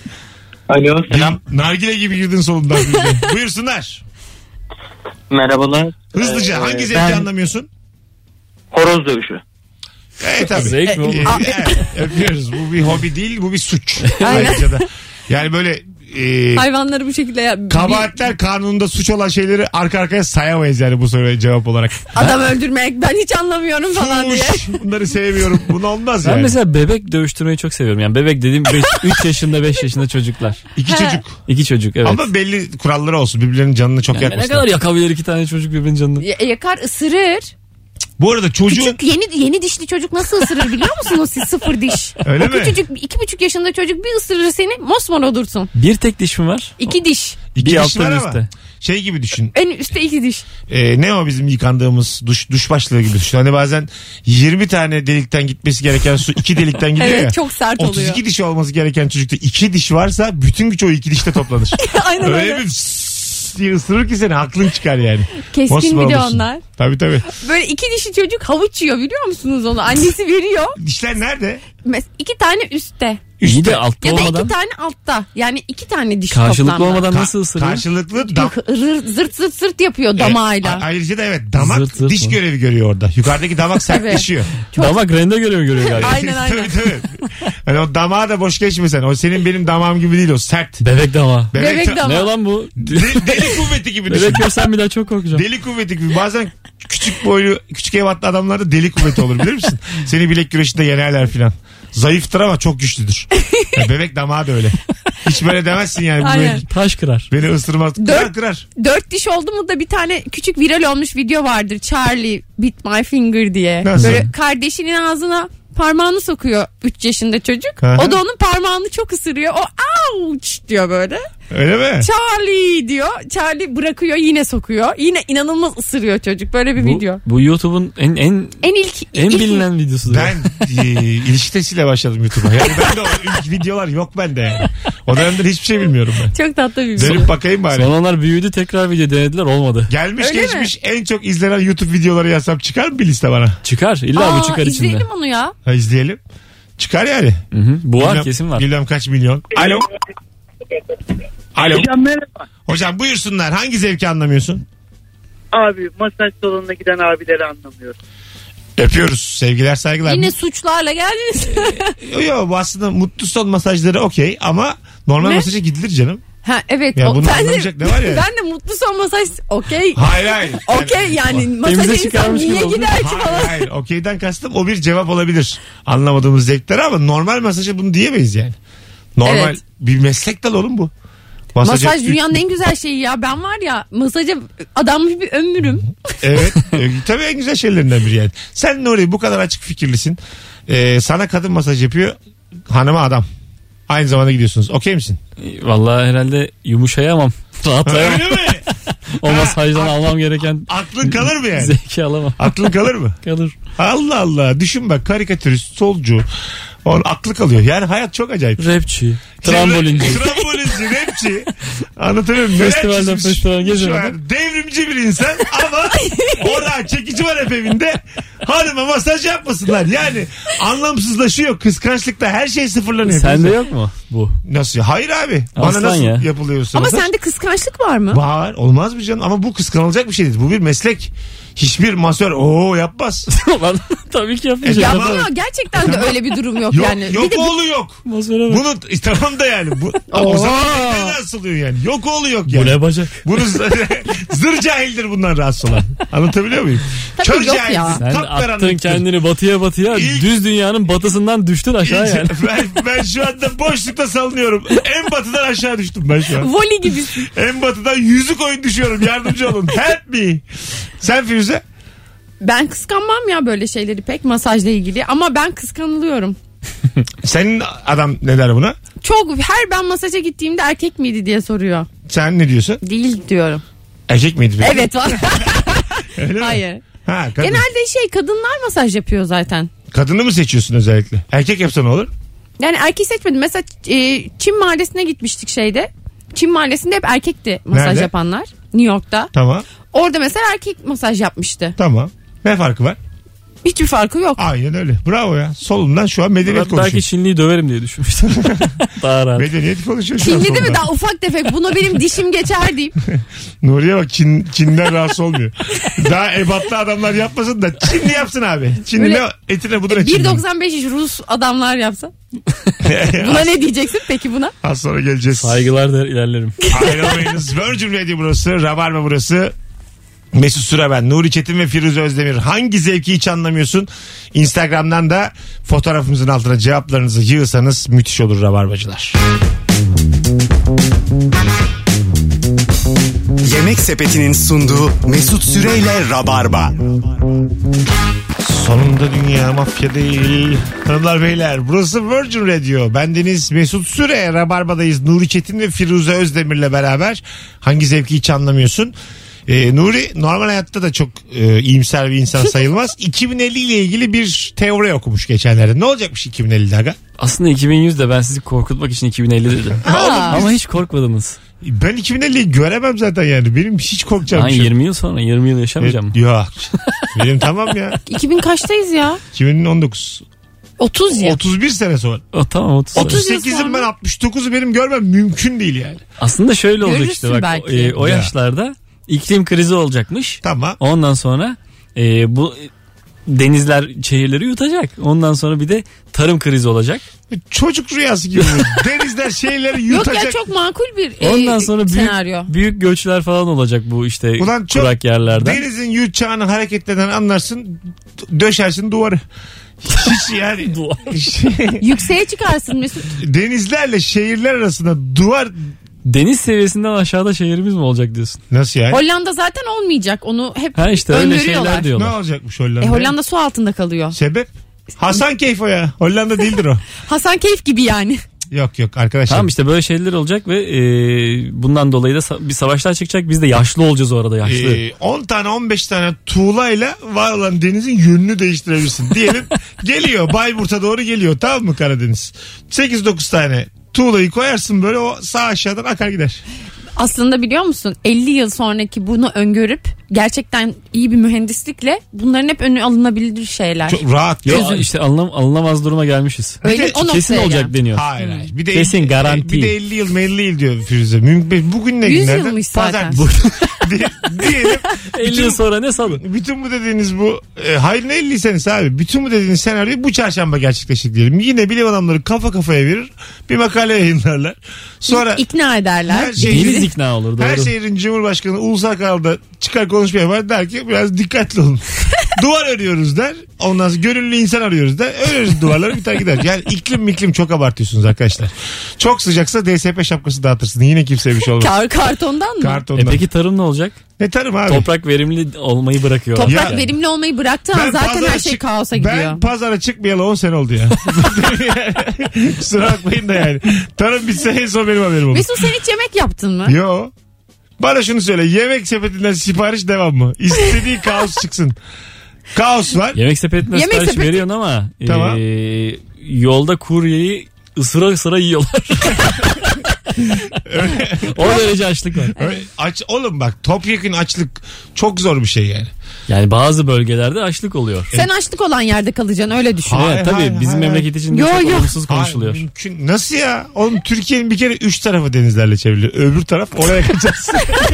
Alo selam. Nargile gibi girdin solundan. Buyursunlar. Merhabalar. Hızlıca hangi zevki anlamıyorsun? Horoz dövüşü. Evet abi. Zevk mi oğlum? Evet, öpüyoruz. Bu bir hobi değil bu bir suç. Ayrıca da. Yani böyle Hayvanları bu şekilde kabahatler kanununda suç olan şeyleri arka arkaya sayamayız yani bu soruya cevap olarak. adam öldürmek ben hiç anlamıyorum falan diye. Bunları sevmiyorum. Bunu olmaz Ben yani. mesela bebek dövüştürmeyi çok seviyorum. Yani bebek dediğim 3 yaşında 5 yaşında çocuklar. İki çocuk. 2 çocuk evet. Ama belli kuralları olsun. Birbirlerinin canını çok Yani ne yakmasınlar. kadar yakabilir 2 tane çocuk birbirinin canını? Yakar ısırır. Bu arada çocuğun... Küçük yeni dişli çocuk nasıl ısırır biliyor musunuz siz? 0 diş. Öyle o mi? küçücük 2,5 yaşında çocuk bir ısırır seni mosmor olursun. Bir tek diş mi var? 2 diş. İki Bir diş altta var bir ama üstte. şey gibi düşün. En üstte 2 diş. Ne o bizim yıkandığımız duş başlığı gibi düşün. Hani bazen 20 tane delikten gitmesi gereken su 2 delikten gidiyor Evet ya. çok sert 32 oluyor. diş olması gereken çocukta 2 diş varsa bütün güç o 2 dişte toplanır. Aynen Öyle öyle. bir diye ısırır ki seni aklın çıkar yani. Keskin Mosmor bir de olursun. onlar. Tabii. Böyle 2 dişi çocuk havuç yiyor biliyor musunuz onu? Annesi veriyor. Dişler nerede? 2 tane üstte. İyi de altta Ya da 2 olmadan tane altta. Yani 2 tane diş karşılıklı toplamda. olmadan nasıl ısırıyor? Karşılıklı Zırt yapıyor damağıyla. Ayrıca da evet damak Zırt zırt diş mı? görevi görüyor orada. Yukarıdaki damak sertleşiyor. Damak rende görüyor galiba. Aynen. Tabii. Hani o damağı da boş geçmesen. O senin benim damağım gibi değil o sert. Bebek dama. Bebek damağı. Ne lan bu? Deli kuvveti gibi düşün. Bebek görsen bir daha çok korkacağım. Deli kuvveti gibi. Bazen küçük boylu, küçük evatlı adamlarda deli kuvveti olur bilir misin? Seni bilek güreşinde yenerler filan. Zayıftır ama çok güçlüdür. Ya bebek damağı da öyle. Hiç böyle demezsin yani. Bu Aynen. Taş kırar. beni ısırmaz. Kırar. 4 diş oldu mu da bir tane küçük viral olmuş video vardır. Charlie bit my finger diye. Nasıl? Böyle kardeşinin ağzına parmağını sokuyor 3 yaşında çocuk. Aha. O da onun parmağını çok ısırıyor. O ouch diyor böyle. Öyle mi? Charlie diyor. Charlie bırakıyor, yine sokuyor. Yine inanılmaz ısırıyor çocuk. Böyle bir video. Bu YouTube'un en bilinen videosu. Ben ilişki testiyle başladım YouTube'a. Yani ben de o ilk videolar yok bende yani. O dönemde hiçbir şey bilmiyorum ben. Çok tatlı bir video. Dönüp bakayım bari. Sonra onlar büyüdü, tekrar video denediler, olmadı. Gelmiş Öyle geçmiş en çok izlenen YouTube videoları yazsam çıkar mı bir liste bana? Çıkar. İlla bu çıkar içinde. İzleyelim onu ya. Ha, izleyelim. Çıkar yani. Hı. Bu var, Bilmem, kesin var. Bilmem kaç milyon. Alo. Alo. Hocam merhaba. Hocam buyursunlar. Hangi zevki anlamıyorsun? Abi masaj salonuna giden abileri anlamıyorum. Öpüyoruz. Sevgiler saygılar. Yine suçlarla geldiniz. Yok bu aslında mutlu son masajları okey ama normal Ne? masaja gidilir canım. Ha evet. Ya bunu ben anlamayacak ne var ya? Ben de mutlu son masaj okey. Hayır. Okey yani masaja Temize insan çıkarmış gibi niye oldu. gider ki falan. Hayır. Okeyden kastım o bir cevap olabilir. Anlamadığımız zevkler ama normal masaja bunu diyemeyiz yani. Normal Evet. bir meslek dalı oğlum bu. Masaj dünyanın en güzel şeyi ya. Ben var ya masaja adanmış bir ömrüm. Evet. Tabii en güzel şeylerinden biri yani. Sen Nuri bu kadar açık fikirlisin. Sana kadın masaj yapıyor. Hanıma adam. Aynı zamanda gidiyorsunuz. Okey misin? Vallahi herhalde yumuşayamam. Rahatlayamam. Öyle mi? O masajdan almam gereken Aklın kalır mı yani? zevki alamam. Aklın kalır mı? Kalır. Allah Allah. Düşün bak karikatürist, solcu. Onun aklı kalıyor. Yani hayat çok acayip. Rapçi, trambolinci. Trambolinci, rapçi. Anlatabiliyor muyum? Festivalden Neler çizmiş festivale gezen şu adam. an. Devrimci bir insan ama orada çekici var hep evinde. Hanıma masaj yapmasınlar. Yani anlamsızlaşıyor. Kıskançlıkta her şey sıfırlanıyor. Sende yok mu bu? Nasıl? Hayır abi. Bana Aslan nasıl ya. yapılıyorsa. Ama masaj? sende kıskançlık var mı? Var. Olmaz mı canım? Ama bu kıskanılacak bir şey değil. Bu bir meslek. Hiçbir masör yapmaz. Ben tabii ki Ya yapmayacağım. Ama gerçekten de öyle bir durum yok, Yok yani. yok Bir de oğlu yok. Masöre bak. Bunu tamam da yani. O zaman neden asılıyor yani? Yok oğlu yok Bu yani. ne bacak? Bunu zır cahildir bundan rahatsız olan. Anlatabiliyor muyum? Tabii Kör yok cahildir. ya. Sen Kapkaranlıktır. attın kendini batıya İlk- düz dünyanın batısından düştün aşağı yani. ben şu anda boşlukta salınıyorum. En batıdan aşağı düştüm ben şu an. voli gibisin. En batıdan yüzük oyun düşüyorum. Yardımcı olun. Help me. Sen Firuze? Ben kıskanmam ya böyle şeyleri pek masajla ilgili ama ben kıskanılıyorum. Senin adam ne der buna? Çok ben masaja gittiğimde erkek miydi diye soruyor. Sen ne diyorsun? Değil diyorum. Erkek miydi? peki? Evet var. Öyle mi? Hayır. Ha, kadın. Genelde kadınlar masaj yapıyor zaten. Kadını mı seçiyorsun özellikle? Erkek yapsa ne olur? Yani erkeği seçmedim. Mesela Çin mahallesine gitmiştik şeyde. Çin mahallesinde hep erkekti masaj Nerede? yapanlar. New York'ta. Tamam. Orada mesela erkek masaj yapmıştı. Tamam. Ne farkı var? Hiçbir farkı yok. Aynen öyle. Bravo ya. Solumdan şu an medeniyet Belki konuşuyor. Çinliyi döverim diye düşünmüştüm. Daha rahat. Medeniyet konuşuyor şu an Çinli değil mi? solumdan. Daha ufak tefek. Buna benim dişim geçer deyip. Nuriye bak Çin'den rahatsız olmuyor. Daha ebatlı adamlar yapmasın da Çinli yapsın abi. Çinli Böyle ne etine buduna Çinli. 1.95 iş Rus adamlar yapsa. Buna ne diyeceksin peki buna? Az sonra geleceğiz. Saygılar der ilerlerim. Ayrılmayınız. Virgin Radio burası. Rabarba burası. Mesut Süre ben. Nuri Çetin ve Firuze Özdemir. Hangi zevki hiç anlamıyorsun? Instagram'dan da fotoğrafımızın altına cevaplarınızı yığırsanız müthiş olur Rabarbacılar. Yemek Sepeti'nin sunduğu Mesut Süreyle Rabarba. Sonunda dünya mafya değil. Hanımlar beyler burası Virgin Radio. Bendeniz Mesut Süre. Rabarba'dayız. Nuri Çetin ve Firuze Özdemir'le beraber. Hangi zevki hiç anlamıyorsun? Nuri normal hayatta da çok iyimser bir insan sayılmaz. 2050 ile ilgili bir teori okumuş geçenlerde. Ne olacakmış 2050'de aga? Aslında 2100'de ben sizi korkutmak için 2050 dedim. Ama hiç korkmadınız. Ben 2050'yi göremem zaten yani. Benim hiç korkacağım Ben bir şey yok. 20 yıl sonra 20 yıl yaşamayacağım mı? Yok. Benim tamam ya. 2000 kaçtayız ya? 2019. 30 ya. 31 sene sonra. Tamam 30. 30 yıl 38'im sonra. ben 69'u benim görmem mümkün değil yani. Aslında şöyle olacak Görürsün işte bak belki. o Ya. yaşlarda iklim krizi olacakmış. Tamam. Ondan sonra bu denizler şehirleri yutacak. Ondan sonra bir de tarım krizi olacak. Çocuk rüyası gibi. bu. Denizler şeyleri Yok yutacak. ya çok makul bir Ondan sonra senaryo. büyük göçler falan olacak bu işte Ulan çok kurak yerlerden. denizin yutacağını hareketleden anlarsın. Döşersin duvarı. Hiç yani. Yükseğe çıkarsın Mesut. Denizlerle şehirler arasında duvar Deniz seviyesinden aşağıda şehrimiz mi olacak diyorsun? nasıl yani? Hollanda zaten olmayacak. Onu hep Ha işte öyle öngörüyorlar. şeyler Ne diyorlar. olacakmış Hollanda? Hollanda su altında kalıyor. Sebep? Hasan Keyf o ya. Hollanda değildir o. Hasan Keyf gibi yani. Yok arkadaşlar. Tamam işte böyle şeyler olacak ve bundan dolayı da bir savaşlar çıkacak. Biz de yaşlı olacağız o arada, yaşlı. 10 tane 15 tane tuğlayla var olan denizin yönünü değiştirebilirsin. Diyelim geliyor Bayburt'a doğru geliyor, tamam mı Karadeniz? 8-9 tane tuğlayı koyarsın böyle, o sağ aşağıdan akar gider. Aslında biliyor musun 50 yıl sonraki bunu öngörüp gerçekten iyi bir mühendislikle bunların hep önü alınabilir şeyler. Çok rahat. Yok işte alınamaz duruma gelmişiz. Öyle, o kesin noktaya olacak gel. deniyor. Hayır. Bir de Kesin, 50, garanti. Bir de 50 yıl 50 yıl diyor Firuze. Bugün ne 100 günlerden? yılmış zaten. Diyelim 50 yıl sonra ne salı? bütün bu dediğiniz bu hayır ne 50 senesi abi. Bütün bu dediğiniz senaryo bu çarşamba gerçekleşecek diyelim. Yine bilim adamları kafa kafaya verir. Bir makale yayınlarlar. Sonra ikna ederler. her şey- Deniz ikna olur, doğru. her şehrin Cumhurbaşkanı ulusal kanalda çıkar konuşma yapar, der ki biraz dikkatli olun. Duvar örüyoruz der. Ondan sonra gönüllü insan arıyoruz der. Örüyoruz duvarları, biter gider. Yani iklim çok abartıyorsunuz arkadaşlar. Çok sıcaksa DSP şapkası dağıtırsın. Yine kimseye bir şey olmaz. Kartondan mı? Kartondan. Peki tarım ne olacak? Ne tarım abi? Toprak verimli olmayı bırakıyor. Toprak Ya- verimli olmayı bıraktığı an Ben zaten pazara her şey çık- kaosa gidiyor. Ben pazara çıkmayalı 10 sene oldu ya. Kusura bakmayın da yani. Tarım bitse en son benim haberim olur. Mesut sen hiç yemek yaptın mı? Yo. Bana şunu söyle. Yemek sepetinden sipariş devam mı? İstediği kaos çıksın. Kaos var. Yemek sepetinden Yemek sipariş sepeti- veriyorsun ama Tamam. yolda kuryeyi ısıra yiyorlar. O derece açlık var. Oğlum bak, topyekun açlık çok zor bir şey yani. Yani bazı bölgelerde açlık oluyor. Sen açlık olan yerde kalacaksın, öyle düşün. Hayır, Evet, tabii hayır, bizim hayır. memleket için de Yo, çok yo. olumsuz konuşuluyor. Hayır, mümkün. Nasıl ya? Oğlum Türkiye'nin bir kere 3 tarafı denizlerle çevrili. Öbür taraf oraya kaçacağız.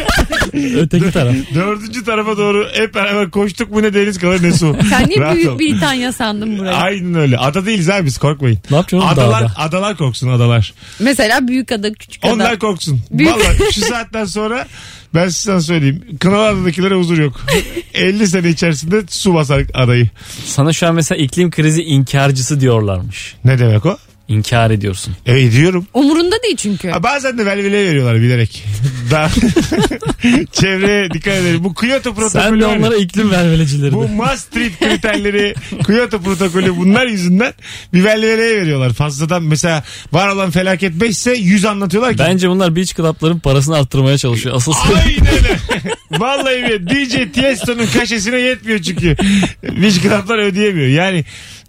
Öteki taraf. 4. tarafa doğru hep beraber koştuk mu ne deniz kalır ne su. Sen niye Rahat ol. Büyük Britanya sandın burayı? Aynen öyle. Ada değiliz abi biz, korkmayın. Ne yapacaksın oğlum dağda? Adalar korksun, adalar. Mesela büyük ada, küçük ada. Onlar korksun. Büyük- Vallahi şu saatten sonra ben size söyleyeyim. Kınalardakilere huzur yok. 50 sene içerisinde su basar adayı. Sana şu an mesela iklim krizi inkarcısı diyorlarmış. Ne demek o? İnkar ediyorsun. Ediyorum. Umurunda değil çünkü. Ha, bazen de velvele veriyorlar bilerek. Daha çevreye dikkat edelim. Bu Kyoto protokolü Sen de var ya, onlara iklim vervelecileri bu de. Maastricht kriterleri, Kyoto protokolü, bunlar yüzünden bir velveleye veriyorlar. Fazladan mesela var olan felaket 5 ise 100 anlatıyorlar ki. Bence bunlar beach club'ların parasını arttırmaya çalışıyor. Asıl Aynen öyle. Vallahi bir DJ Tiesto'nun kaşesine yetmiyor çünkü. Beach Club'lar ödeyemiyor. Yani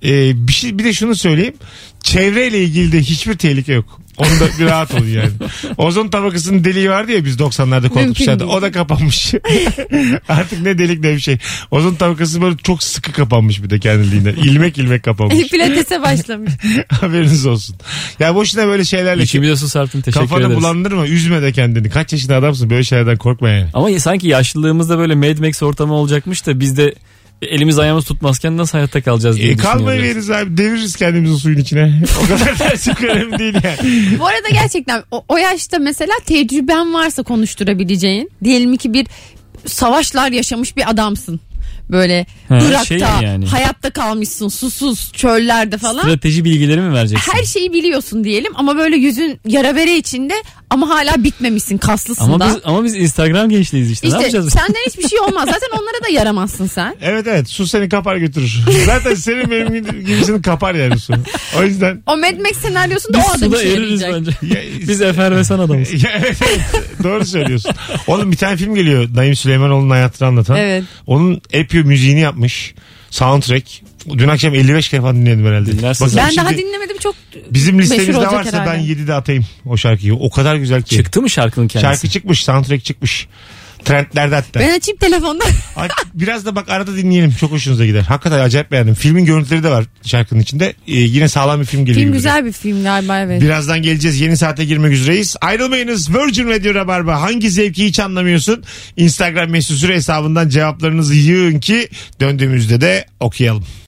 bir de şunu söyleyeyim. Çevreyle ilgili de hiçbir tehlike yok. Onu da bir rahat olun yani. Ozon tabakasının deliği vardı ya, biz 90'larda korkmuşlardı. değil. O da kapanmış. Artık ne delik ne bir şey. Ozon tabakası böyle çok sıkı kapanmış bir de kendiliğinden. İlmek ilmek kapanmış. Pilatese başlamış. Haberiniz olsun. Ya boşuna böyle şeylerle İçimi de su serptim, teşekkür kafanı ederiz. bulandırma. Üzme de kendini. Kaç yaşında adamsın, böyle şeylerden korkma yani. Ama sanki yaşlılığımızda böyle Mad Max ortamı olacakmış da biz de elimiz ayağımız tutmazken nasıl hayatta kalacağız diye Kalmayı düşünüyoruz. veririz abi. Deviririz kendimizi suyun içine. O kadar da çok önemli değil yani. Bu arada gerçekten o yaşta mesela tecrüben varsa konuşturabileceğin, diyelim ki bir savaşlar yaşamış bir adamsın. Böyle Ha, Irak'ta şey yani. hayatta kalmışsın, susuz çöllerde falan. Strateji bilgileri mi vereceksin? Her şeyi biliyorsun diyelim ama böyle yüzün yara bere içinde ama hala bitmemişsin, kaslısın da. Ama biz Instagram gençliğiz işte. Ne İşte yapacağız? senden hiçbir şey olmaz. Zaten onlara da yaramazsın sen. Evet su seni kapar götürür. Zaten senin benim gibisini kapar yani su. O yüzden. O Mad Max senaryosunda Biz o adam suda işe eririz yarayacak. bence. Ya, Biz efervesan adamız. Ya, evet, doğru söylüyorsun. Oğlum bir tane film geliyor. Naim Süleymanoğlu'nun hayatını anlatan. Evet. Onun epyo müziğini yapmış. Soundtrack. Dün akşam 55 kere falan dinledim herhalde. Dinlersin Bakın Ben şimdi daha dinlemedim, çok bizim meşhur listemizde olacak varsa herhalde. ben 7'de atayım o şarkıyı. O kadar güzel ki. Çıktı mı şarkının kendisi? Şarkı çıkmış. Soundtrack çıkmış. Trendlerde hatta. Ben açayım telefonda. Biraz da bak arada dinleyelim. Çok hoşunuza gider. Hakikaten acayip beğendim. Filmin görüntüleri de var şarkının içinde. Yine sağlam bir film geliyor. Film gibi. güzel bir film galiba, evet. Birazdan geleceğiz. Yeni saate girmek üzereyiz. Ayrılmayınız. Virgin Radio Rabarba. Hangi zevki hiç anlamıyorsun? Instagram mesut süre hesabından cevaplarınızı yığın ki döndüğümüzde de okuyalım.